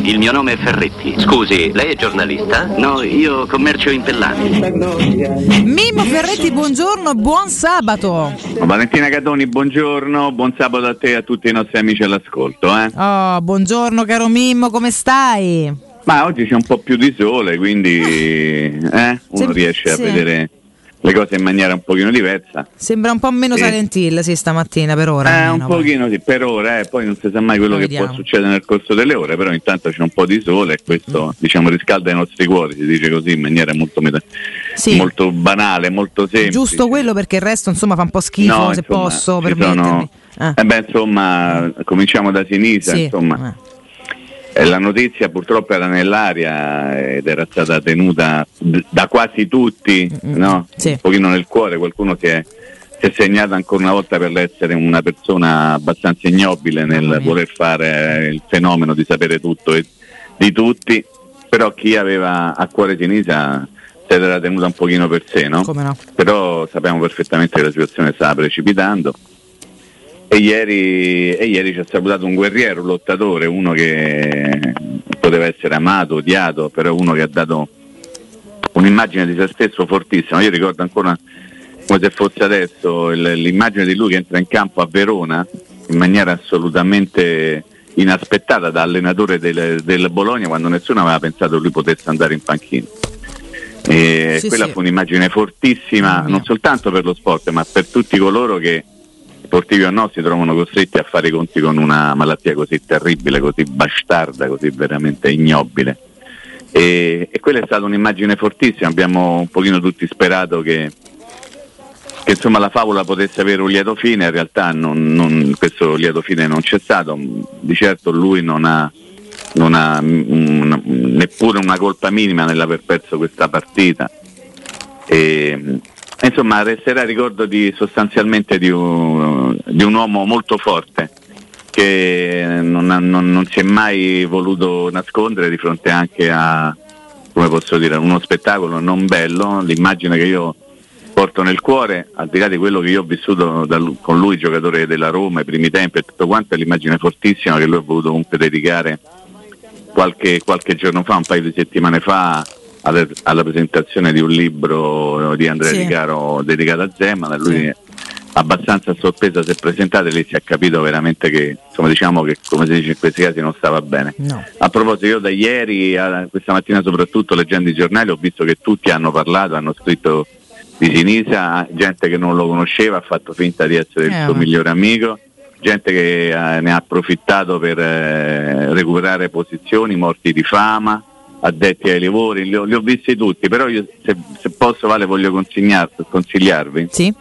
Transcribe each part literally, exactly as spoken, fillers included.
Il mio nome è Ferretti. Scusi, lei è giornalista? No, io commercio in Pellani. Mimmo Ferretti, buongiorno, buon sabato. Valentina Catoni, buongiorno, buon sabato a te e a tutti i nostri amici all'ascolto. Eh? Oh, buongiorno caro Mimmo, come stai? Ma oggi c'è un po' più di sole, quindi eh, uno Sem- riesce a sì. vedere le cose in maniera un pochino diversa. Sembra un po' meno Sì. Silent Hill, sì, stamattina per ora. Eh, almeno, un pochino sì, per ora, eh, poi non si sa mai quello Lo che vediamo. può succedere nel corso delle ore, però intanto c'è un po' di sole e questo Mm. diciamo riscalda i nostri cuori, si dice così in maniera molto, meta- Sì. molto banale, molto semplice. Giusto quello, perché il resto insomma fa un po' schifo, No, se insomma, posso ci permettermi. sono- Eh. Eh beh, insomma, cominciamo da sinistra, Sì. insomma. Eh. Eh, La notizia purtroppo era nell'aria ed era stata tenuta d- da quasi tutti, Mm-mm. no? Sì. Un pochino nel cuore, qualcuno si è, si è segnato ancora una volta per essere una persona abbastanza ignobile Mamma nel mia. voler fare il fenomeno di sapere tutto e di tutti, però chi aveva a cuore Sinisa se l'era tenuta un pochino per sé, no? Come no? Però sappiamo perfettamente che la situazione stava precipitando. E ieri, e ieri ci ha salutato un guerriero, un lottatore, uno che poteva essere amato, odiato, però uno che ha dato un'immagine di se stesso fortissima. Io ricordo ancora come se fosse adesso il- l'immagine di lui che entra in campo a Verona in maniera assolutamente inaspettata da allenatore del, del Bologna, quando nessuno aveva pensato che lui potesse andare in panchina. E Sì, quella sì. fu un'immagine fortissima, Mamma mia. non soltanto per lo sport, ma per tutti coloro che, sportivi o no, si trovano costretti a fare i conti con una malattia così terribile, così bastarda, così veramente ignobile. E, e quella è stata un'immagine fortissima. Abbiamo un pochino tutti sperato che, che insomma la favola potesse avere un lieto fine. In realtà non, non- questo lieto fine non c'è stato. Di certo lui non ha, non ha un- neppure una colpa minima nell'aver perso questa partita. E, insomma, resterà il ricordo di, sostanzialmente di un, di un uomo molto forte che non, ha- non- non si è mai voluto nascondere di fronte anche a, come posso dire, uno spettacolo non bello. L'immagine che io porto nel cuore, al di là di quello che io ho vissuto da lu- con lui, giocatore della Roma, i primi tempi e tutto quanto, è l'immagine fortissima che lui ha voluto comunque dedicare qualche, qualche giorno fa, un paio di settimane fa, alla, alla presentazione di un libro di Andrea Sì. Di Caro dedicato a Zeman. Lui Sì. abbastanza a sorpresa si è presentato e lì si è capito veramente che, insomma, diciamo che, come si dice in questi casi, non stava bene. No. A proposito, io da ieri a questa mattina, soprattutto leggendo i giornali, ho visto che tutti hanno parlato, hanno scritto di Sinisa, gente che non lo conosceva ha fatto finta di essere il Eh, suo vabbè. migliore amico, gente che eh, ne ha approfittato per eh, recuperare posizioni, morti di fama, addetti ai lavori, li ho, li ho visti tutti, però io, se, se posso, Vale, voglio consignar- consigliarvi Sì?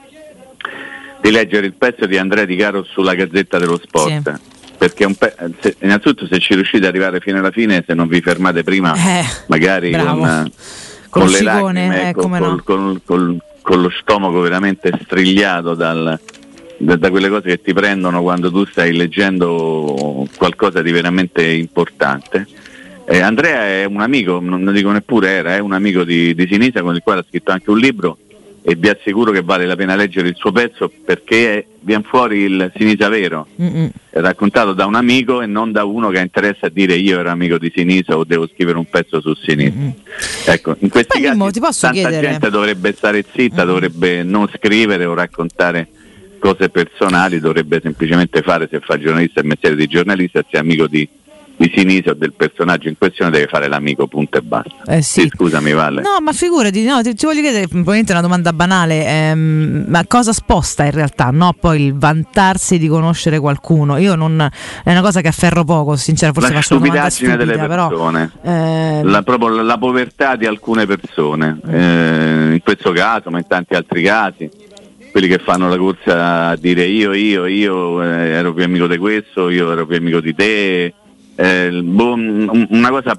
di leggere il pezzo di Andrea Di Caro sulla Gazzetta dello Sport. Sì. Perché è un pe- se, innanzitutto, se ci riuscite ad arrivare fino alla fine, se non vi fermate prima, Eh, magari bravo. con, eh, Con con lo le scicone, lacrime, eh, col- come col- no. col- col- con lo stomaco veramente strigliato dal, da, da quelle cose che ti prendono quando tu stai leggendo qualcosa di veramente importante. Eh, Andrea è un amico, non lo dico neppure era, è un amico di, di Sinisa, con il quale ha scritto anche un libro, e vi assicuro che vale la pena leggere il suo pezzo, perché viene fuori il Sinisa vero, Mm-mm. è raccontato da un amico e non da uno che ha interesse a dire io ero amico di Sinisa o devo scrivere un pezzo su Sinisa. Mm-mm. Ecco, in questi Poi, casi Mimmo, ti posso tanta chiedere? gente dovrebbe stare zitta, Mm. dovrebbe non scrivere o raccontare cose personali, dovrebbe semplicemente fare, se fa giornalista il mestiere di giornalista, se è amico di, di Sinisa o del personaggio in questione, deve fare l'amico, punto e basta. Eh sì. Scusami, Valle. No, ma figurati, no, ti, ti voglio chiedere, probabilmente è una domanda banale, ehm, ma cosa sposta in realtà, no? Poi il vantarsi di conoscere qualcuno. Io non, è una cosa che afferro poco, sincera, forse La faccio una domanda stupidaggine stupida, delle però persone, ehm, la, proprio la, la povertà di alcune persone, eh, in questo caso, ma in tanti altri casi, quelli che fanno la corsa a dire io, io, io eh, ero più amico di questo, io ero più amico di te, eh, boh, un- una cosa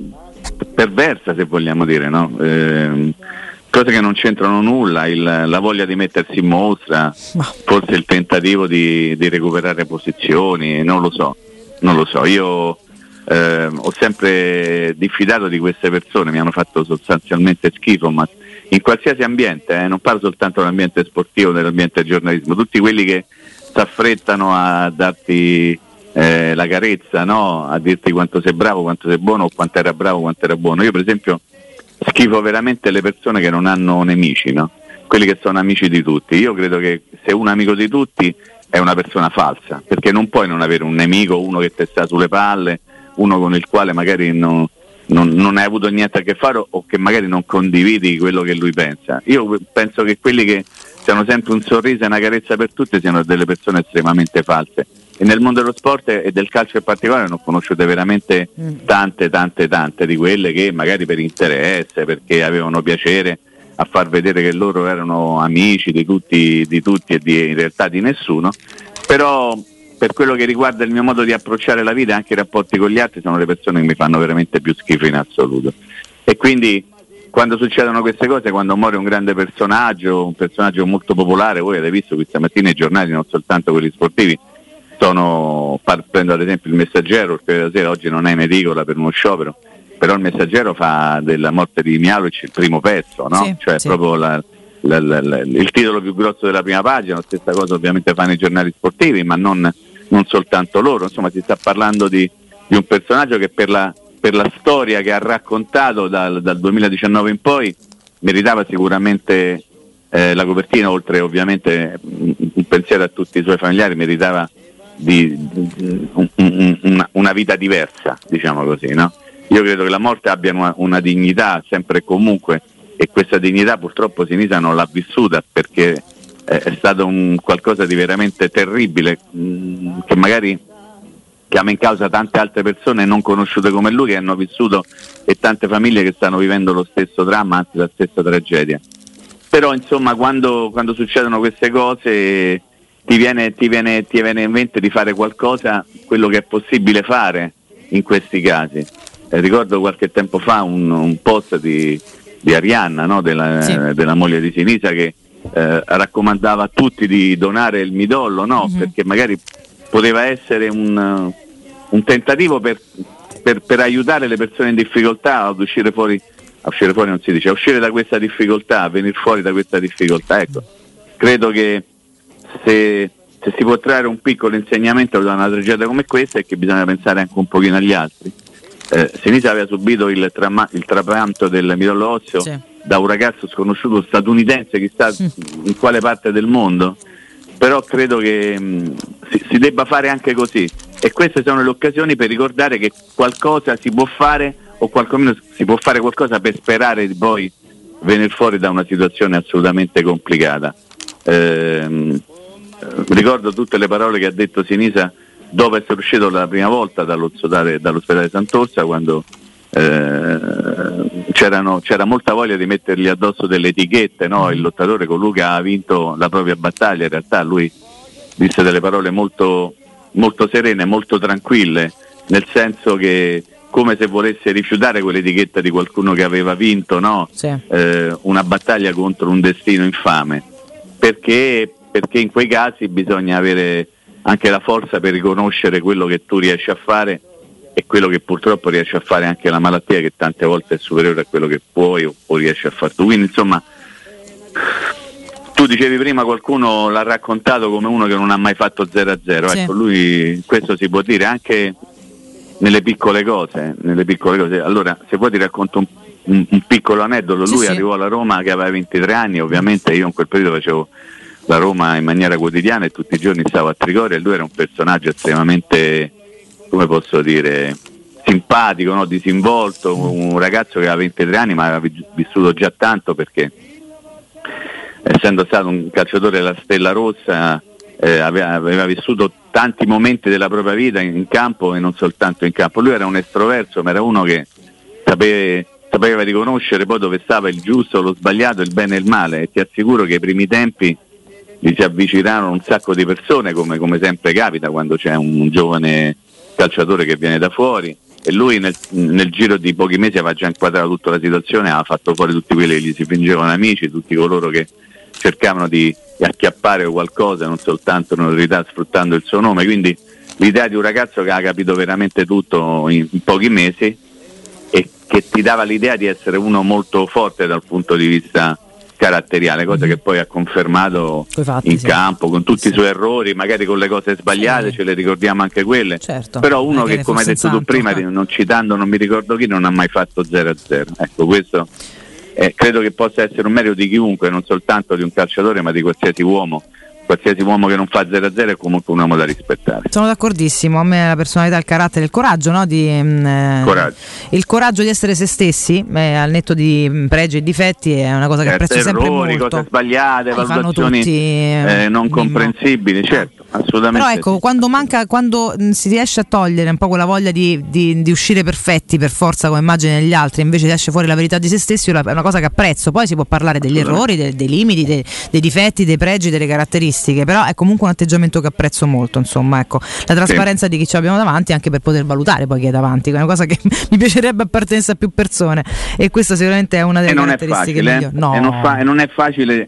perversa, se vogliamo dire, no? Eh, cose che non c'entrano nulla, il, la voglia di mettersi in mostra, ma forse il tentativo di, di recuperare posizioni, non lo so, non lo so. Io eh, ho sempre diffidato di queste persone, mi hanno fatto sostanzialmente schifo, ma in qualsiasi ambiente, eh, non parlo soltanto dell'ambiente sportivo, dell'ambiente del giornalismo, tutti quelli che si affrettano a darti eh, la carezza, no? A dirti quanto sei bravo, quanto sei buono, o quanto era bravo, quanto era buono. Io per esempio schifo veramente le persone che non hanno nemici, no? Quelli che sono amici di tutti. Io credo che se uno è amico di tutti è una persona falsa, perché non puoi non avere un nemico, uno che ti sta sulle palle, uno con il quale magari non, non, non hai avuto niente a che fare o che magari non condividi quello che lui pensa. Io penso che quelli che siano sempre un sorriso e una carezza per tutti siano delle persone estremamente false. E nel mondo dello sport e del calcio in particolare ne ho conosciute veramente tante, tante, tante di quelle che magari per interesse, perché avevano piacere a far vedere che loro erano amici di tutti, di tutti e di, in realtà di nessuno. Però per quello che riguarda il mio modo di approcciare la vita e anche i rapporti con gli altri, sono le persone che mi fanno veramente più schifo in assoluto. E quindi quando succedono queste cose, quando muore un grande personaggio, un personaggio molto popolare, voi avete visto questa mattina i giornali, non soltanto quelli sportivi, sono, prendo ad esempio il Messaggero, perché la sera oggi non è in edicola per uno sciopero, però il Messaggero fa della morte di Mihajlovic il primo pezzo, no? Sì, cioè sì. proprio la, la, la, la, il titolo più grosso della prima pagina. La stessa cosa ovviamente fanno i giornali sportivi, ma non, non soltanto loro. Insomma, si sta parlando di, di un personaggio che per la, per la storia che ha raccontato dal, dal duemiladiciannove in poi meritava sicuramente eh, la copertina, oltre ovviamente un pensiero a tutti i suoi familiari, meritava di, di un, un, una, una vita diversa, diciamo così, no? Io credo che la morte abbia una, una dignità sempre e comunque, e questa dignità purtroppo Sinisa non l'ha vissuta, perché eh, è stato un qualcosa di veramente terribile, mh, che magari chiama in causa tante altre persone non conosciute come lui che hanno vissuto, e tante famiglie che stanno vivendo lo stesso dramma, anzi la stessa tragedia. Però insomma quando, quando succedono queste cose ti viene, ti, viene, ti viene in mente di fare qualcosa, quello che è possibile fare in questi casi. Eh, ricordo qualche tempo fa un, un post di, di Arianna, no? della, Sì. della moglie di Sinisa, che eh, raccomandava a tutti di donare il midollo, no? Mm-hmm. Perché magari poteva essere un, un tentativo per, per, per aiutare le persone in difficoltà ad uscire fuori, a uscire fuori non si dice, a uscire da questa difficoltà, a venire fuori da questa difficoltà. Ecco, credo che se, se si può trarre un piccolo insegnamento da una tragedia come questa è che bisogna pensare anche un pochino agli altri. Eh, Sinisa aveva subito il, trama, il trapianto del midollo osseo, sì, da un ragazzo sconosciuto statunitense, chissà sì. in quale parte del mondo, però credo che mh, si, si debba fare anche così, e queste sono le occasioni per ricordare che qualcosa si può fare, o qualcomeno si può fare qualcosa per sperare di poi venire fuori da una situazione assolutamente complicata. Eh, ricordo tutte le parole che ha detto Sinisa dopo essere uscito la prima volta dall'ospedale, dall'ospedale Sant'Orsa, quando eh, c'erano, c'era molta voglia di mettergli addosso delle etichette, no? Il lottatore, colui che ha vinto la propria battaglia. In realtà lui disse delle parole molto, molto serene, molto tranquille, nel senso che come se volesse rifiutare quell'etichetta di qualcuno che aveva vinto, no? Sì. eh, una battaglia contro un destino infame, perché, perché in quei casi bisogna avere anche la forza per riconoscere quello che tu riesci a fare e quello che purtroppo riesce a fare anche la malattia, che tante volte è superiore a quello che puoi o, o riesci a fare tu. Quindi insomma, tu dicevi prima qualcuno l'ha raccontato come uno che non ha mai fatto zero a zero, sì. Ecco, lui questo si può dire anche nelle piccole cose, nelle piccole cose. Allora, se vuoi ti racconto un, un, un piccolo aneddoto. Sì, lui sì. arrivò alla Roma che aveva ventitré anni, ovviamente io in quel periodo facevo la Roma in maniera quotidiana e tutti i giorni stavo a Trigoria, e lui era un personaggio estremamente, come posso dire, simpatico, no? disinvolto, un ragazzo che aveva ventitré anni ma aveva vissuto già tanto, perché essendo stato un calciatore della Stella Rossa eh, aveva, aveva vissuto tanti momenti della propria vita in, in campo e non soltanto in campo. Lui era un estroverso, ma era uno che sapeva, sapeva riconoscere poi dove stava il giusto, lo sbagliato, il bene e il male, e ti assicuro che ai primi tempi gli si avvicinarono un sacco di persone, come, come sempre capita quando c'è un giovane calciatore che viene da fuori, e lui nel, nel giro di pochi mesi aveva già inquadrato tutta la situazione, aveva fatto fuori tutti quelli che gli si fingevano amici, tutti coloro che cercavano di, di acchiappare qualcosa, non soltanto notorietà, sfruttando il suo nome. Quindi l'idea di un ragazzo che ha capito veramente tutto in, in pochi mesi, e che ti dava l'idea di essere uno molto forte dal punto di vista caratteriale, cosa mm-hmm. che poi ha confermato fatti, in sì. campo con tutti sì. i suoi errori, magari con le cose sbagliate, sì. ce le ricordiamo anche quelle, certo. però uno che, come hai detto tu prima, eh. non citando non mi ricordo chi, non ha mai fatto zero a zero. Ecco, questo eh, credo che possa essere un merito di chiunque, non soltanto di un calciatore, ma di qualsiasi uomo. Qualsiasi uomo che non fa zero a zero è comunque un uomo da rispettare. Sono d'accordissimo, a me la personalità, il carattere, il coraggio, no? Di, eh, coraggio. Il coraggio di essere se stessi, eh, al netto di pregi e difetti, è una cosa che certo, apprezzo sempre errori, molto. Cose sbagliate, eh, valutazioni tutti, eh, non comprensibili, certo, assolutamente. Però ecco, sì. quando manca, quando mh, si riesce a togliere un po' quella voglia di, di, di uscire perfetti per forza come immagine degli altri, invece esce fuori la verità di se stessi, è una cosa che apprezzo. Poi si può parlare degli errori, dei, dei limiti, dei, dei difetti, dei pregi, delle caratteristiche, però è comunque un atteggiamento che apprezzo molto, insomma, ecco, la trasparenza sì. di chi ci abbiamo davanti, anche per poter valutare poi chi è davanti, è una cosa che mi piacerebbe appartenesse a più persone, e questa sicuramente è una delle e non caratteristiche è facile, migliori. No. E, non fa, e non è facile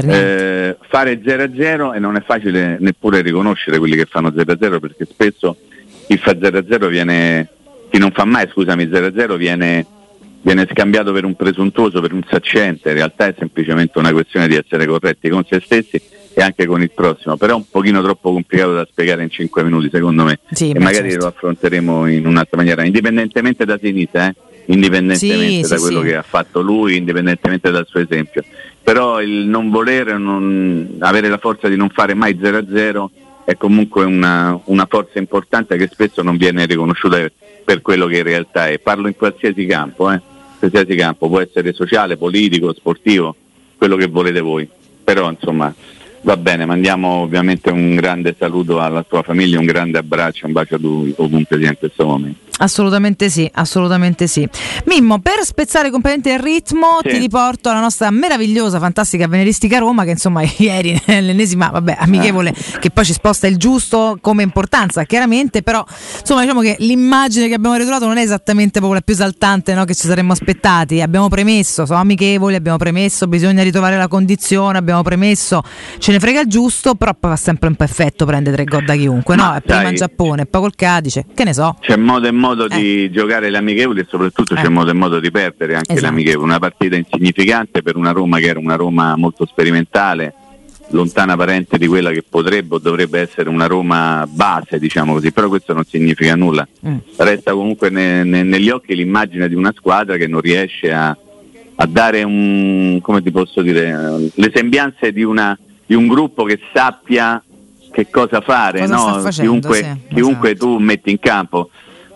eh, fare zero a zero, e non è facile neppure riconoscere quelli che fanno zero a zero, perché spesso chi fa zero a zero viene, chi non fa mai, scusami, zero a zero viene viene scambiato per un presuntuoso, per un saccente. In realtà è semplicemente una questione di essere corretti con se stessi e anche con il prossimo, però è un pochino troppo complicato da spiegare in cinque minuti, secondo me, sì, e magari certo. lo affronteremo in un'altra maniera, indipendentemente da Sinisa, eh? indipendentemente sì, da sì, quello sì. che ha fatto lui, indipendentemente dal suo esempio. Però il non volere, non avere la forza di non fare mai zero a zero è comunque una, una forza importante che spesso non viene riconosciuta per quello che in realtà è. Parlo in qualsiasi campo, eh? qualsiasi campo, può essere sociale, politico, sportivo, quello che volete voi. Però insomma va bene, mandiamo ovviamente un grande saluto alla tua famiglia, un grande abbraccio, un bacio a lui ovunque sia in questo momento. Assolutamente sì, assolutamente sì. Mimmo, per spezzare completamente il ritmo, sì. ti riporto alla nostra meravigliosa, fantastica Avveniristica Roma, che insomma ieri l'ennesima, vabbè, amichevole, eh. che poi ci sposta il giusto come importanza, chiaramente, però insomma diciamo che l'immagine che abbiamo ritrovato non è esattamente proprio la più esaltante, no, che ci saremmo aspettati. Abbiamo premesso, sono amichevoli, abbiamo premesso, bisogna ritrovare la condizione, abbiamo premesso, ce ne frega il giusto, però poi fa sempre un po' effetto, prende tre gol da chiunque, no? Ma prima sai, in Giappone, poi col Cadice, che ne so. C'è modo e modo eh. di giocare le amichevoli, e soprattutto eh. c'è modo e modo di perdere anche esatto. le amichevoli. Una partita insignificante per una Roma che era una Roma molto sperimentale, lontana parente di quella che potrebbe o dovrebbe essere una Roma base, diciamo così, però questo non significa nulla. Mm. Resta comunque ne, ne, negli occhi l'immagine di una squadra che non riesce a, a dare un, come ti posso dire, le sembianze di una di un gruppo che sappia che cosa fare, cosa no? facendo, chiunque, sì, chiunque esatto. tu metti in campo,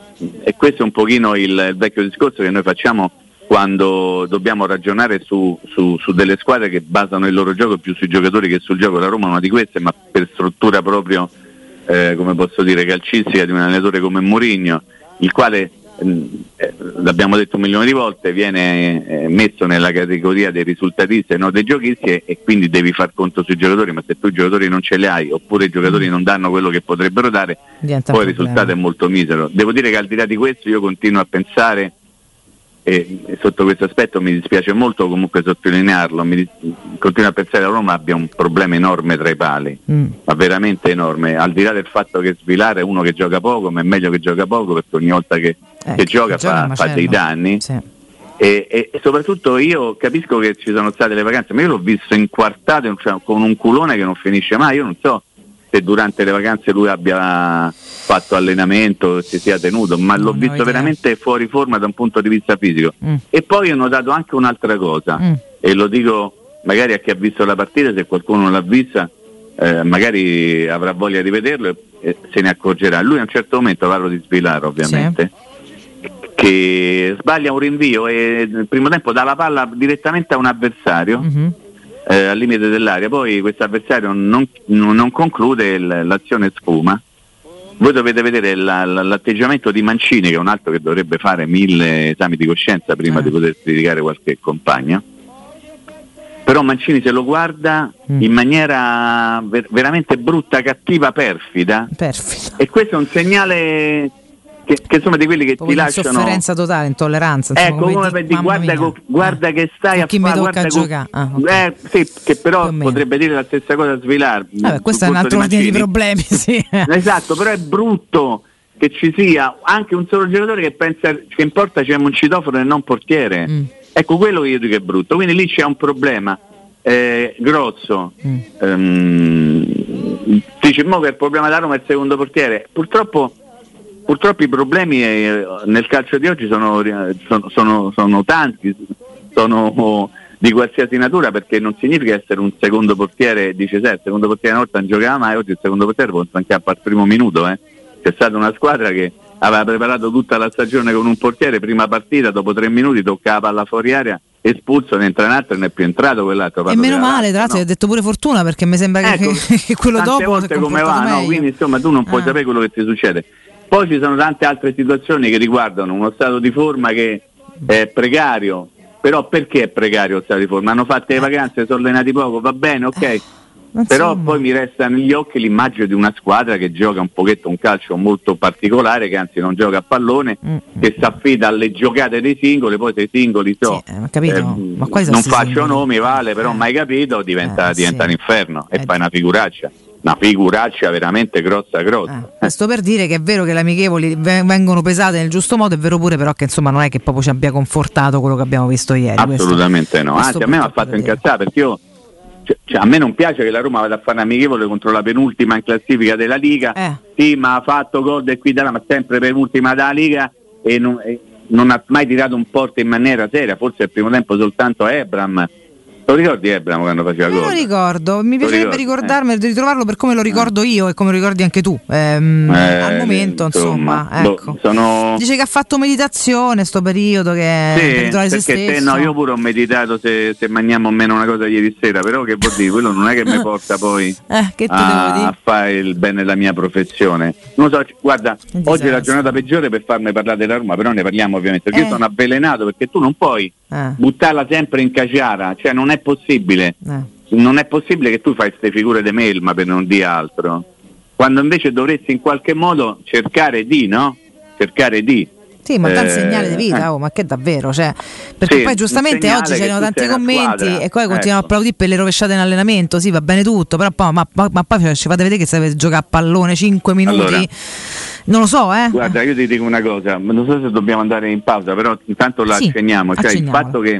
e questo è un pochino il, il vecchio discorso che noi facciamo quando dobbiamo ragionare su, su, su delle squadre che basano il loro gioco più sui giocatori che sul gioco. La Roma è una di queste, ma per struttura proprio eh, come posso dire calcistica, di un allenatore come Mourinho, il quale Eh, l'abbiamo detto un milione di volte, viene eh, messo nella categoria dei risultatisti e non dei giochisti, e, e quindi devi far conto sui giocatori, ma se tu i giocatori non ce li hai, oppure i giocatori non danno quello che potrebbero dare, diventa poi il risultato è molto misero. Devo dire che al di là di questo io continuo a pensare, e, e sotto questo aspetto mi dispiace molto comunque sottolinearlo, mi, continuo a pensare che la Roma abbia un problema enorme tra i pali, mm. ma veramente enorme, al di là del fatto che Svilar è uno che gioca poco, ma è meglio che gioca poco, perché ogni volta che, eh, che gioca, fa, fa dei danni, sì. e, e, e soprattutto io capisco che ci sono state le vacanze, ma io l'ho visto inquartato, cioè, con un culone che non finisce mai. Io non so se durante le vacanze lui abbia fatto allenamento, si sia tenuto, ma no, l'ho visto veramente fuori forma da un punto di vista fisico. Mm. E poi ho notato anche un'altra cosa, mm. e lo dico magari a chi ha visto la partita, se qualcuno non l'ha vista eh, magari avrà voglia di vederlo e, e se ne accorgerà. Lui a un certo momento, parlo di Svilar ovviamente, sì. che sbaglia un rinvio e nel primo tempo dà la palla direttamente a un avversario, mm-hmm. eh, al limite dell'area, poi questo avversario non, non, non conclude, l'azione sfuma. Voi dovete vedere la, la, l'atteggiamento di Mancini, che è un altro che dovrebbe fare mille esami di coscienza prima eh. di poter criticare qualche compagno, però Mancini se lo guarda mm. in maniera ver- veramente brutta, cattiva, perfida, perfida, e questo è un segnale che, che insomma di quelli che proprio ti lasciano sofferenza totale, intolleranza, insomma, ecco, come come di, guarda, co, guarda eh. che stai con a fare, a giocare ah, okay. eh, sì, che però potrebbe dire la stessa cosa a Svilar. Vabbè, questo è un altro ordine di problemi, sì. Esatto, però è brutto che ci sia anche un solo giocatore che pensa che importa c'è un citofono e non portiere. Mm. Ecco, quello che io dico è brutto, quindi lì c'è un problema eh, Grozzo, mm. ehm, dice mo che il problema da Roma è il secondo portiere. Purtroppo, purtroppo i problemi eh, nel calcio di oggi sono, sono, sono, sono tanti, sono di qualsiasi natura, perché non significa essere un secondo portiere. Dice se il secondo portiere una volta non giocava mai, oggi il secondo portiere può stancare al primo minuto. Eh. C'è stata una squadra che aveva preparato tutta la stagione con un portiere, prima partita, dopo tre minuti tocca la palla fuori area, espulso, ne entra un altro e non è più entrato quell'altro. E meno male, tra l'altro, no? Hai detto pure fortuna, perché mi sembra ecco, che, che quello tante dopo volte come va, no? Quindi insomma tu non puoi ah. sapere quello che ti succede. Poi ci sono tante altre situazioni che riguardano uno stato di forma che è precario. Però perché è precario lo stato di forma? Hanno fatto le vacanze, sono allenati poco, va bene, ok. Però poi mi resta negli occhi l'immagine di una squadra che gioca un pochetto un calcio molto particolare, che anzi non gioca a pallone, mm. che si affida alle giocate dei singoli. Poi se i singoli so, sì, eh, capito. Eh, Ma non faccio singoli? nomi, vale, però eh. mai capito, diventa, eh, diventa sì. un inferno e eh. fai una figuraccia. Una figuraccia veramente grossa grossa. Eh, sto per dire che è vero che le amichevoli vengono pesate nel giusto modo, è vero pure però che insomma non è che proprio ci abbia confortato quello che abbiamo visto ieri. Assolutamente questo, no, questo anzi a me mi ha fatto incazzare, perché io cioè, cioè, a me non piace che la Roma vada a fare un amichevole contro la penultima in classifica della Liga. Eh. Sì, ma ha fatto gol e qui da là, ma sempre penultima della Liga e non, e non ha mai tirato un porto in maniera seria, forse il primo tempo soltanto Ebram. Lo ricordi Ebram quando faceva gol? Me lo ricordo, mi piacerebbe ricordarmi eh. di ritrovarlo per come lo ricordo eh. io e come lo ricordi anche tu. Ehm, eh, al momento, insomma, insomma ecco. sono... dice che ha fatto meditazione sto periodo, che sì, per ritrovare se perché stesso. Te, no, io pure ho meditato se, se mangiamo o meno una cosa ieri sera, però che vuol dire, quello non è che mi porta poi eh, che a, a fare il bene della mia professione. Non so, guarda, oggi è la giornata peggiore per farmi parlare della Roma, però ne parliamo ovviamente, perché eh. io sono avvelenato, perché tu non puoi eh. buttarla sempre in caciara, cioè non è possibile. Eh. Non è possibile che tu fai queste figure di melma, per non dire altro, quando invece dovresti in qualche modo cercare di, no? Cercare di sì, ma dà un segnale eh, di vita, eh. oh, ma che davvero, cioè, perché sì, poi giustamente oggi c'erano tanti commenti squadra. E poi continuiamo ecco. a applaudire per le rovesciate in allenamento, sì, va bene tutto, però poi, ma, ma, ma poi ci fate vedere che sapete giocare a pallone cinque minuti, allora, non lo so, eh. Guarda, io ti dico una cosa, non so se dobbiamo andare in pausa, però intanto la sì, accenniamo, cioè il fatto che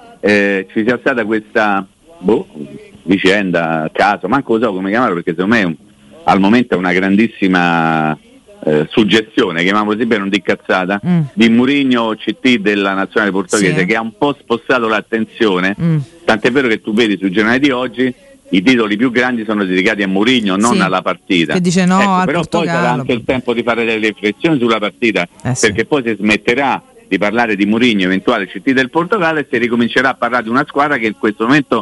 eh, ci sia stata questa boh, vicenda, caso, manco lo so come chiamarlo, perché secondo me un, al momento è una grandissima eh, suggestione, chiamiamolo così per non di cazzata, mm. di Mourinho C T della nazionale portoghese, sì. che ha un po' spostato l'attenzione, mm. tant'è vero che tu vedi sui giornali di oggi i titoli più grandi sono dedicati a Mourinho, non sì. alla partita. Che dice no, ecco, al però Portogallo. Poi sarà anche il tempo di fare delle riflessioni sulla partita, eh sì. perché poi si smetterà di parlare di Mourinho, eventuale C T del Portogallo, e si ricomincerà a parlare di una squadra che in questo momento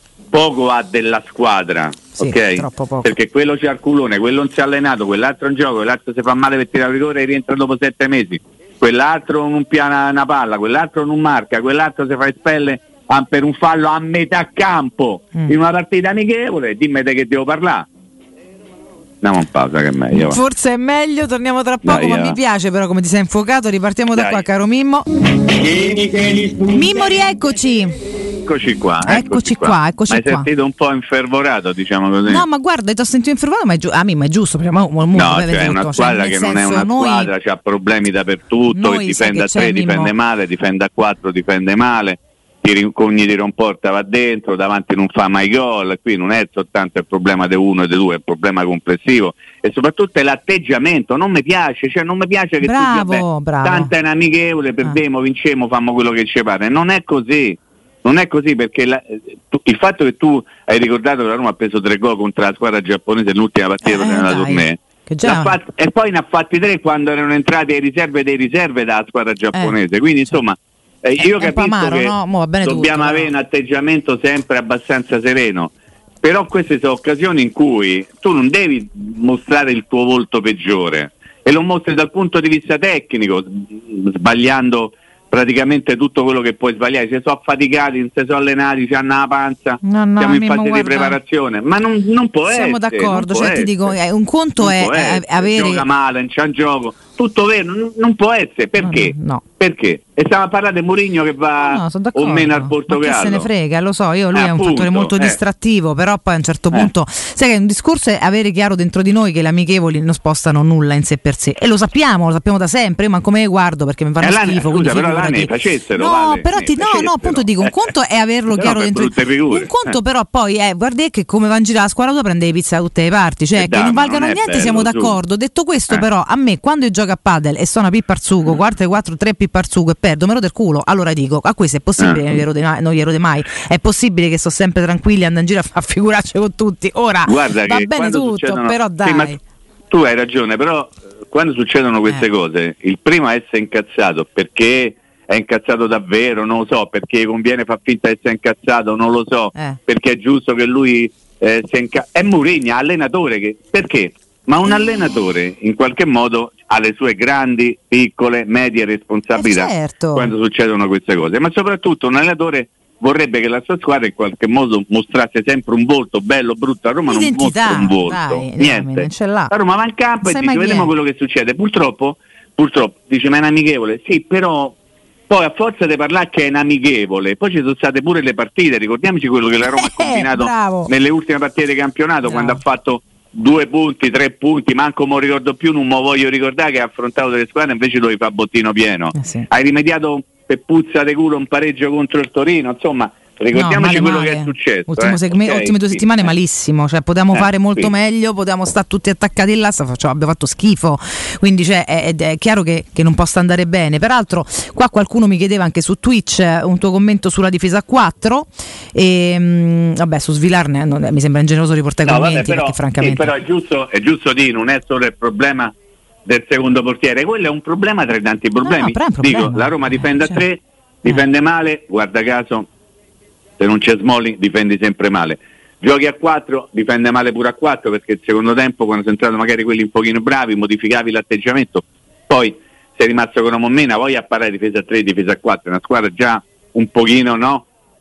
poco ha della squadra, sì, ok? Troppo poco. Perché quello c'è al culone, quello non si è allenato, quell'altro in gioco, quell'altro si fa male per tirare rigore e rientra dopo sette mesi, quell'altro non piana una palla, quell'altro non marca, quell'altro si fa espelle per un fallo a metà campo mm. in una partita amichevole. Dimmi te che devo parlare. Andiamo in pausa che è meglio. Forse è meglio, torniamo tra poco. Dai, ma mi piace però come ti sei infuocato. Ripartiamo Dai. da qua, caro Mimmo. Mimmo, rieccoci. Eccoci qua, eccoci, eccoci qua, qua, eccoci ma hai qua. sentito un po' infervorato, diciamo così? No, ma guarda, ti ho sentito infervorato, ma è giusto, a me ma è giusto, perché mo, mo, no, cioè è tutto, una squadra cioè, che non è una noi, squadra, c'ha problemi dappertutto, che difende a tre, difende male, difende a quattro, difende male, tiri, ogni tiro in porta va dentro, davanti non fa mai gol, qui non è soltanto il problema di uno e di due, è il problema complessivo e soprattutto è l'atteggiamento, non mi piace, cioè non mi piace che bravo, tu dica, bravo. tanta è un amichevole, perdemo, ah. vincemo, fammo quello che ci pare, non è così. Non è così, perché la, tu, il fatto che tu hai ricordato che la Roma ha preso tre gol contro la squadra giapponese nell'ultima partita eh, della tournée fatt- e poi ne ha fatti tre quando erano entrate le riserve dei riserve dalla squadra giapponese, eh, quindi insomma eh, io capisco amaro, che no? Mo va bene dobbiamo tutto, avere no? un atteggiamento sempre abbastanza sereno, però queste sono occasioni in cui tu non devi mostrare il tuo volto peggiore e lo mostri dal punto di vista tecnico, sbagliando praticamente tutto quello che puoi sbagliare, si sono affaticati, non si sono allenati, ci hanno la panza, no, no, siamo in fase guarda, di preparazione, ma non, non può siamo essere. d'accordo, cioè ti dico, un conto è, è avere gioca male, non c'è un gioco, tutto vero, non, non può essere, perché? No, no. Perché? E stiamo a parlare di Mourinho che va no, o meno al Portogallo. Ma chi se ne frega, lo so, io lui eh, è un appunto, fattore molto eh. distrattivo, però poi a un certo punto, eh. sai che un discorso è avere chiaro dentro di noi che le amichevoli non spostano nulla in sé per sé, e lo sappiamo, lo sappiamo da sempre, io manco me ne guardo perché mi fanno eh, schifo. Scusa, però là ne facessero. No, vale, però ti, no, no, appunto dico, un conto è averlo eh, chiaro dentro di noi. Un conto eh. però poi è, guardi che come va in giro la squadra tua prende le pizze da tutte le parti, cioè eh, che dai, non valgano non niente bello, siamo d'accordo. su. Detto questo eh. però, a me quando io gioco a padel e sono a Pipparzugo, quarto quattro tre Pipparzugo e perdo, me lo del culo, allora dico, a questo è possibile, eh. non gli erode mai, non gli erode mai, è possibile che sto sempre tranquilli andando in giro a fare figuracce con tutti, ora Guarda va che bene tutto, succedono... però dai. Sì, ma tu hai ragione, però quando succedono queste eh. cose, il primo a essere incazzato perché è incazzato davvero, non lo so, perché conviene far finta di essere incazzato, non lo so, eh. perché è giusto che lui eh, sia incazzato. È Mourinho, allenatore, che perché? Ma un allenatore in qualche modo ha le sue grandi, piccole, medie responsabilità eh certo. quando succedono queste cose, ma soprattutto un allenatore vorrebbe che la sua squadra in qualche modo mostrasse sempre un volto, bello, brutto. A Roma Identità, non mostra un volto, dai, niente. Dai, a Roma va in campo non e dice vediamo quello che succede. Purtroppo, purtroppo dice ma è un amichevole, sì, però poi a forza di parlare che è un amichevole, poi ci sono state pure le partite, ricordiamoci quello che la Roma ha combinato eh, nelle ultime partite di campionato, bravo. Quando ha fatto due punti, tre punti, manco me lo ricordo più, non me lo voglio ricordare, che ha affrontato delle squadre invece dove fa bottino pieno. Eh sì. Hai rimediato per puzza de culo un pareggio contro il Torino, insomma ricordiamoci no, male, quello male. che è successo. Ultimo eh? segme- okay, ultime due sì. settimane malissimo, cioè potevamo eh, fare molto sì. meglio, potevamo stare tutti attaccati là, cioè, abbiamo fatto schifo, quindi cioè, è, è chiaro che, che non possa andare bene. Peraltro qua qualcuno mi chiedeva anche su Twitch un tuo commento sulla difesa a quattro e mh, vabbè su Svilarne non, mi sembra ingeneroso riportare i no, commenti vabbè, però, perché francamente sì, però è giusto, è giusto dire, non è solo il problema del secondo portiere, quello è un problema tra i tanti problemi. No, no, problema. Dico, la Roma difende cioè, a tre, difende eh. male, guarda caso se non c'è Smalling difendi sempre male, giochi a quattro, difende male pure a quattro, perché il secondo tempo quando sono entrati magari quelli un pochino bravi modificavi l'atteggiamento, poi sei rimasto con una mommena, poi a parlare di difesa a tre, difesa a quattro, è una squadra già un pochino, no?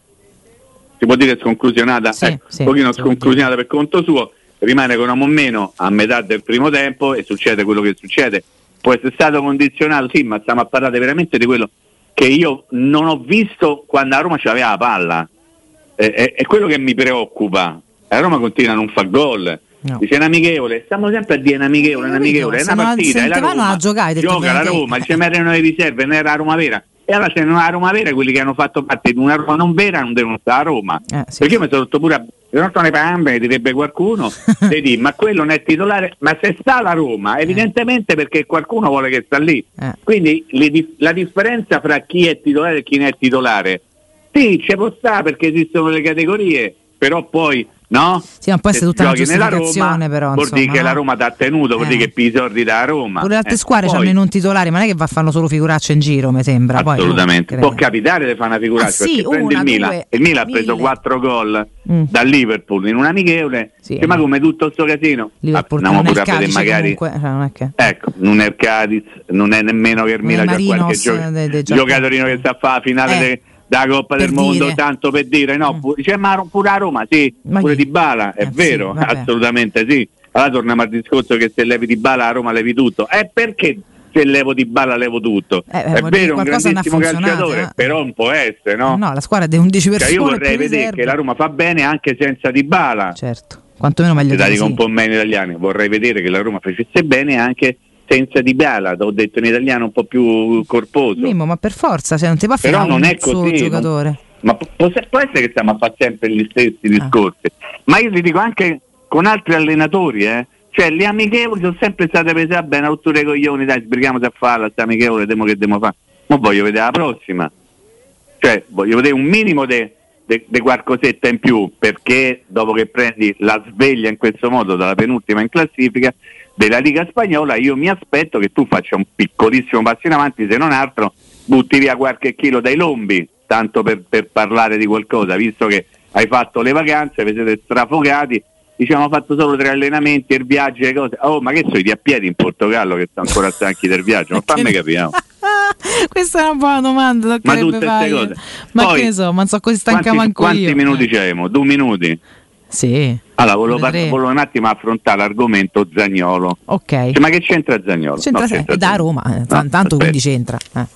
Si può dire sconclusionata, sì, ecco, sì, un pochino sì, sconclusionata per conto suo, rimane con una mommeno a metà del primo tempo e succede quello che succede. Può essere stato condizionato, sì, ma stiamo a parlare veramente di quello che io non ho visto quando a Roma ce l'aveva la palla. È, è, è quello che mi preoccupa. A Roma continua a non far gol. No. Dice un amichevole, stiamo sempre a dire un amichevole, un amichevole, è una partita, è la Roma, a giocare, gioca la Roma, dice ma erano le riserve, non era la Roma vera. E allora se non è la Roma vera, quelli che hanno fatto parte di una Roma non vera non devono stare a Roma. Eh, sì, perché sì. io mi sono rotto pure a non sono le pambe, direbbe qualcuno, di, ma quello non è titolare, ma se sta la Roma, evidentemente perché qualcuno vuole che sta lì. Eh. Quindi le, la differenza fra chi è titolare e chi non è titolare, sì, ci può stare perché esistono le categorie, però poi no? Sì, non può essere tutta una giustificazione, però vuol dire che no? la Roma ti ha tenuto, vuol eh. dire che pi soldi da Roma. Pure le altre eh. squadre poi, hanno i non titolari, ma non è che va a fanno solo figuracce in giro, mi sembra. Assolutamente, poi, può capitare di fare una figuraccia, ah, sì, perché una, prende il Milan, due, il Milan ha mille. preso quattro gol mm. dal Liverpool in un amichevole, sì, cioè, ma eh. come tutto sto casino Liverpool andiamo non pure è a vedere magari comunque, cioè, non è che... ecco, non è il Cadiz, non è nemmeno che il non Milan c'ha qualche gio- de, de giocatorino che sta a fare la finale eh. de- della Coppa del dire. Mondo, tanto per dire no, pu- cioè, ma pure a Roma sì, ma pure chi? Dybala, è eh, vero, sì, assolutamente sì. Allora torniamo al discorso che se levi Dybala a Roma levi tutto, è perché se levo Dybala levo tutto, eh, è vero, un grandissimo eh. calciatore, però non può essere, no? No, la squadra è di undici persone, cioè, io vorrei vedere riserve. che la Roma fa bene anche senza Dybala, certo, quantomeno meglio da di dico sì. un po' meno italiani, vorrei vedere che la Roma facesse bene anche senza Dybala, ho detto in italiano un po' più corposo. Mimmo, ma per forza, cioè non ti va a però fare non un è così, giocatore. Non, ma può, può essere che stiamo a fare sempre gli stessi discorsi, ah. ma io ti dico anche con altri allenatori, eh, cioè le amichevoli sono sempre state prese bene, rotture dei coglioni, dai sbrighiamoci a farla, sta amichevole, vediamo che dobbiamo fare, ma voglio vedere la prossima, cioè voglio vedere un minimo di de, de qualcosetta in più, perché dopo che prendi la sveglia in questo modo dalla penultima in classifica della Liga Spagnola, io mi aspetto che tu faccia un piccolissimo passo in avanti, se non altro butti via qualche chilo dai lombi, tanto per, per parlare di qualcosa, visto che hai fatto le vacanze, vi siete strafogati, diciamo ho fatto solo tre allenamenti, il viaggio e cose, oh ma che so, i a piedi in Portogallo che stanno ancora stanchi del viaggio, ma fammi capire. No? Questa è una buona domanda, ma tutte queste cose. Ma poi, che ne so, ma non so così stanca quanti, manco quanti io. minuti eh. c'eremo? Due minuti? Sì. Allora, volevo, par- volevo un attimo affrontare l'argomento Zaniolo. Ok. Cioè, ma che c'entra Zaniolo? C'entra, no, c'entra è da Roma, eh, no, tanto aspetta. Quindi c'entra. Eh.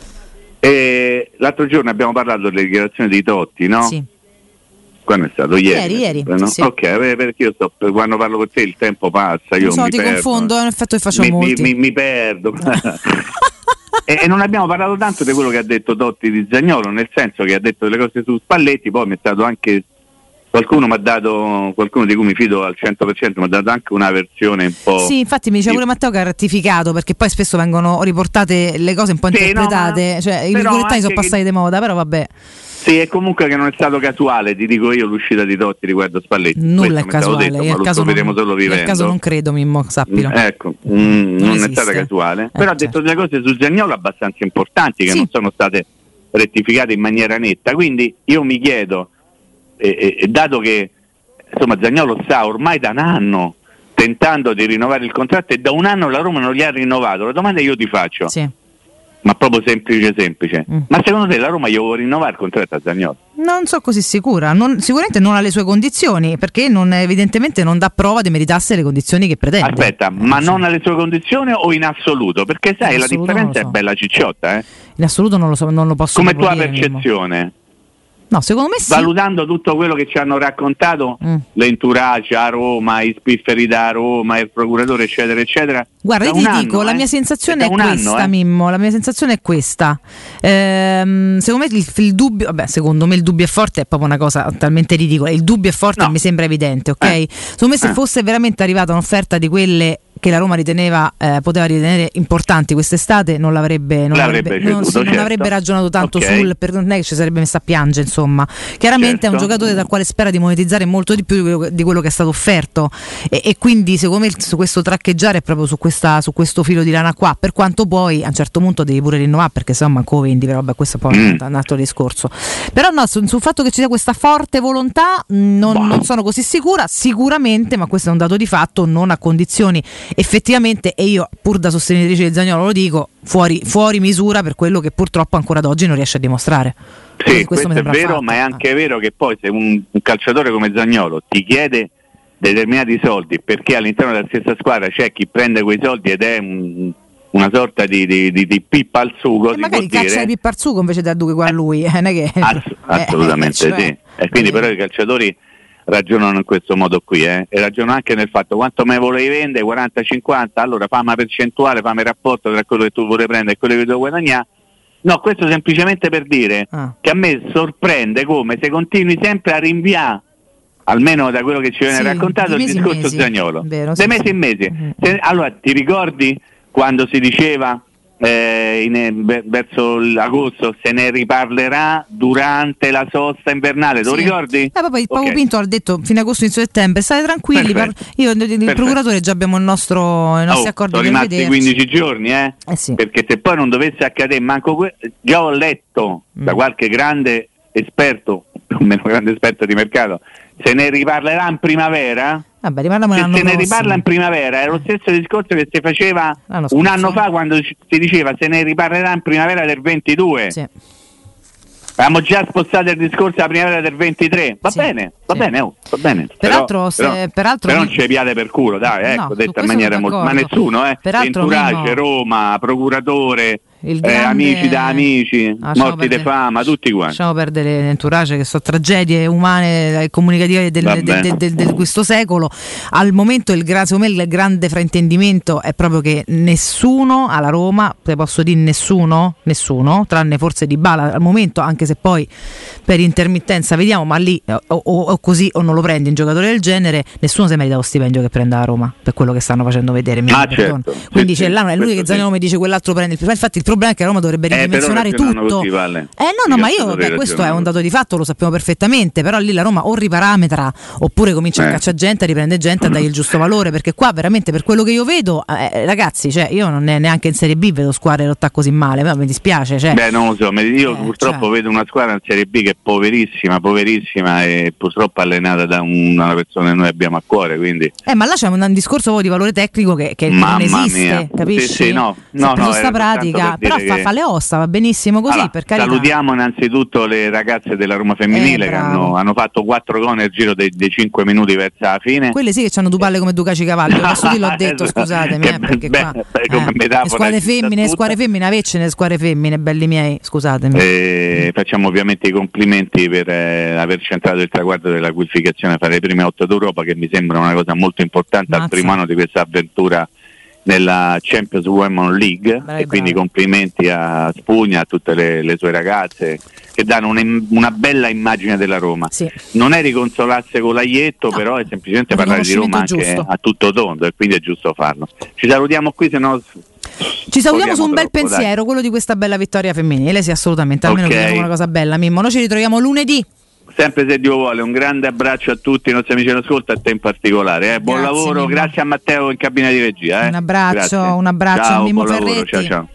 E l'altro giorno abbiamo parlato delle dichiarazioni di Totti, no? Sì. Quando è stato? Ieri. Ieri, ieri. No? Sì. Ok, perché io sto, quando parlo con te il tempo passa, io so, mi ti perdo. confondo, in effetti faccio mi, molti. Mi, mi, mi perdo. e, e non abbiamo parlato tanto di quello che ha detto Totti di Zaniolo, nel senso che ha detto delle cose su Spalletti, poi mi è stato anche qualcuno mi ha dato, qualcuno di cui mi fido al cento per cento mi ha dato anche una versione un po'. Sì, infatti mi diceva pure Matteo che ha rettificato, perché poi spesso vengono riportate le cose un po' sì, interpretate, no, cioè i virgolettani sono passati che... di moda, però vabbè. Sì, e comunque che non è stato casuale, ti dico io, l'uscita di Totti riguardo Spalletti. Nulla è casuale, detto, nel, caso non, solo nel caso non credo, Mimmo, sappilo. Mm, ecco, mm, non, non è stata casuale, eh, però ha certo. detto delle cose su Zaniolo abbastanza importanti che sì. non sono state rettificate in maniera netta, quindi io mi chiedo, e, e, e dato che insomma Zaniolo sta ormai da un anno tentando di rinnovare il contratto e da un anno la Roma non gli ha rinnovato, la domanda io ti faccio, sì. ma proprio semplice semplice, mm. ma secondo te la Roma gli vuole rinnovare il contratto a Zaniolo? Non so così sicura, non, sicuramente non ha le sue condizioni, perché non, evidentemente non dà prova di meritasse le condizioni che pretende. Aspetta, eh, ma sì. non alle sue condizioni o in assoluto? Perché sai, la differenza so. è bella cicciotta, eh? In assoluto non lo so, non lo posso come tua dire, percezione? Mimmo. No, secondo me sì. Valutando tutto quello che ci hanno raccontato mm. l'entourage a Roma, i spifferi da Roma, il procuratore eccetera eccetera. Guarda, io ti anno, dico, eh? la mia sensazione è, è questa, anno, eh? Mimmo, la mia sensazione è questa. Ehm, secondo me il, il dubbio, vabbè, secondo me il dubbio è forte, è proprio una cosa talmente ridicola. Il dubbio è forte no. e mi sembra evidente, ok? Eh. Secondo me se eh. fosse veramente arrivata un'offerta di quelle che la Roma riteneva eh, poteva ritenere importanti quest'estate, non l'avrebbe non, l'avrebbe avrebbe, non, ceduto, non certo. avrebbe ragionato tanto okay. sul, per non è che ci sarebbe messa a piangere, insomma. Chiaramente certo. è un giocatore dal quale spera di monetizzare molto di più di quello, di quello che è stato offerto e, e quindi secondo me su questo traccheggiare è proprio su, questa, su questo filo di lana qua, per quanto poi a un certo punto devi pure rinnovare, perché se no manco vendi, però vabbè, questo poi mm. è un altro discorso. Però no, su, sul fatto che ci sia questa forte volontà non, wow. non sono così sicura, sicuramente, ma questo è un dato di fatto, non a condizioni effettivamente, e io pur da sostenitrice di Zaniolo lo dico, fuori, fuori misura per quello che purtroppo ancora ad oggi non riesce a dimostrare. Sì, questo, questo è vero, fatto. Ma è anche ah. vero che poi se un, un calciatore come Zaniolo ti chiede determinati soldi perché all'interno della stessa squadra c'è chi prende quei soldi ed è un, una sorta di, di, di, di pippa al sugo, e magari caccia di pippa al sugo invece da due qua a lui, eh, non è che... Ass- assolutamente eh, cioè, sì, e quindi eh. però i calciatori ragionano in questo modo qui, eh? E ragionano anche nel fatto quanto me volevi vendere, quaranta cinquanta, allora fammi una percentuale, fammi il rapporto tra quello che tu vuoi prendere e quello che devo guadagnare. No, questo semplicemente per dire ah. che a me sorprende come se continui sempre a rinviare, almeno da quello che ci viene sì, raccontato, il discorso Zaniolo, dei mesi in mesi. Mm-hmm. Se, allora ti ricordi quando si diceva Eh, in, verso l'agosto se ne riparlerà durante la sosta invernale, te lo sì. ricordi? Eh, poi il Paolo okay. Pinto ha detto fine agosto inizio settembre, state tranquilli, par- io il Perfetto. procuratore già abbiamo il nostro, i nostri oh, accordi, sono rimasti quindici giorni eh? Eh sì. Perché se poi non dovesse accadere manco que- già ho letto mm. da qualche grande esperto, più o meno grande esperto di mercato, se ne riparlerà in primavera. Vabbè, se se ne riparla in primavera è lo stesso discorso che si faceva un anno fa quando si diceva se ne riparlerà in primavera del ventidue. Sì. Abbiamo già spostato il discorso alla primavera del ventitré. Va sì, bene, va sì. bene, oh, va bene. Peraltro, però, se, peraltro però non c'è piade per culo, dai, ecco, no, detta in maniera molto. Ma nessuno, eh. Entourage, Roma, procuratore, grande... eh, amici da amici, ah, morti di fama, tutti quanti. Lasciamo perdere l'entourage, che sono tragedie umane e comunicative del, del, del, del, del questo secolo. Al momento il, secondo me il grande fraintendimento è proprio che nessuno alla Roma, te posso dire nessuno, nessuno, tranne forse Dybala al momento, anche se poi per intermittenza vediamo, ma lì o, o, o così o non lo prendi un giocatore del genere, nessuno si merita lo stipendio che prende a Roma per quello che stanno facendo vedere. Ah, certo, quindi sì, c'è là, non è lui che Zaniolo sì. mi dice quell'altro prende il primo. Infatti il problema è che Roma dovrebbe ridimensionare eh, tutto. Così, vale. Eh no, no, ma io beh, questo è un dato di fatto, lo sappiamo perfettamente, però lì la Roma o riparametra oppure comincia eh. a cacciare gente, a riprende gente, a dargli il giusto valore, perché qua veramente per quello che io vedo, eh, ragazzi, cioè io non è neanche in Serie B vedo squadre lottare così male, ma mi dispiace. Cioè. Beh, non lo so, io eh, purtroppo cioè. vedo una squadra in Serie B che è poverissima, poverissima e purtroppo purtroppo allenata da una persona che noi abbiamo a cuore, quindi eh ma là c'è un, un discorso di valore tecnico che, che non esiste, mia. capisci? Sì, sì, no, no, no, sta pratica, però fa, che... fa le ossa, va benissimo così, allora, per carità. Salutiamo innanzitutto le ragazze della Roma femminile eh, che hanno, hanno fatto quattro gol nel giro dei, dei cinque minuti verso la fine. Quelle sì che hanno due palle come due caci cavalli, questo ti l'ho detto, scusatemi, eh, perché beh, qua beh, come eh, le squadre femmine, le squadre femmine, avecce le squadre femmine, belli miei, scusatemi. Eh, facciamo ovviamente i complimenti per eh, aver centrato il traguardo della qualificazione fra le prime otto d'Europa, che mi sembra una cosa molto importante Mazza. Al primo anno di questa avventura nella Champions Women League. Bravi, e quindi bravi. Complimenti a Spugna, a tutte le, le sue ragazze che danno un, una bella immagine della Roma. Sì. Non è riconsolarsi con l'aietto, no, però è semplicemente parlare di Roma anche giusto. A tutto tondo, e quindi è giusto farlo. Ci salutiamo qui, se no ci salutiamo su un bel troppo, pensiero, dai. Quello di questa bella vittoria femminile, sì, assolutamente, almeno okay. Diciamo una cosa bella, Mimmo. Noi ci ritroviamo lunedì. Sempre se Dio vuole, un grande abbraccio a tutti i nostri amici all'ascolto, a te in particolare. Eh. Buon Grazie, lavoro, Mimmo. Grazie a Matteo in cabina di regia. Eh. Un abbraccio, Grazie. un abbraccio ciao, a Mimmo buon Ferretti. lavoro, ciao, ciao.